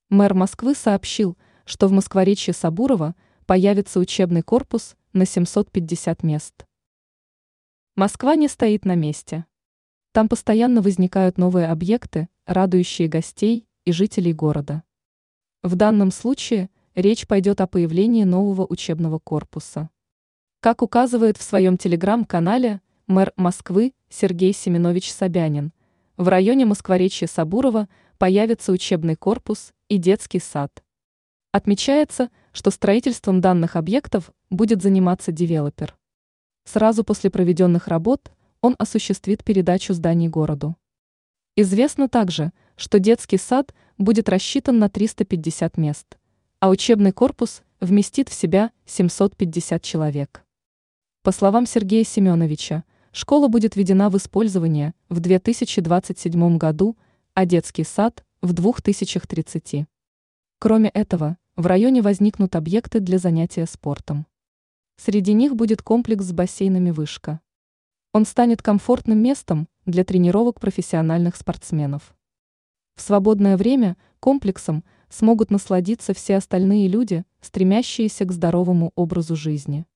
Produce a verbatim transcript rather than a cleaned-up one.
Мэр Москвы сообщил, что в Москворечье Сабурова появится учебный корпус на семьсот пятьдесят мест. Москва не стоит на месте. Там постоянно возникают новые объекты, радующие гостей и жителей города. В данном случае речь пойдет о появлении нового учебного корпуса. Как указывает в своем телеграм-канале мэр Москвы Сергей Семенович Собянин, в районе Москворечья Сабурова появится учебный корпус и детский сад. Отмечается, что строительством данных объектов будет заниматься девелопер. Сразу после проведенных работ он осуществит передачу зданий городу. Известно также, что детский сад будет рассчитан на триста пятьдесят мест, а учебный корпус вместит в себя семьсот пятьдесят человек. По словам Сергея Семеновича, школа будет введена в использование в две тысячи двадцать седьмом году, а детский сад – в две тысячи тридцатом. Кроме этого, в районе возникнут объекты для занятия спортом. Среди них будет комплекс с бассейнами «Вышка». Он станет комфортным местом для тренировок профессиональных спортсменов. В свободное время комплексом смогут насладиться все остальные люди, стремящиеся к здоровому образу жизни.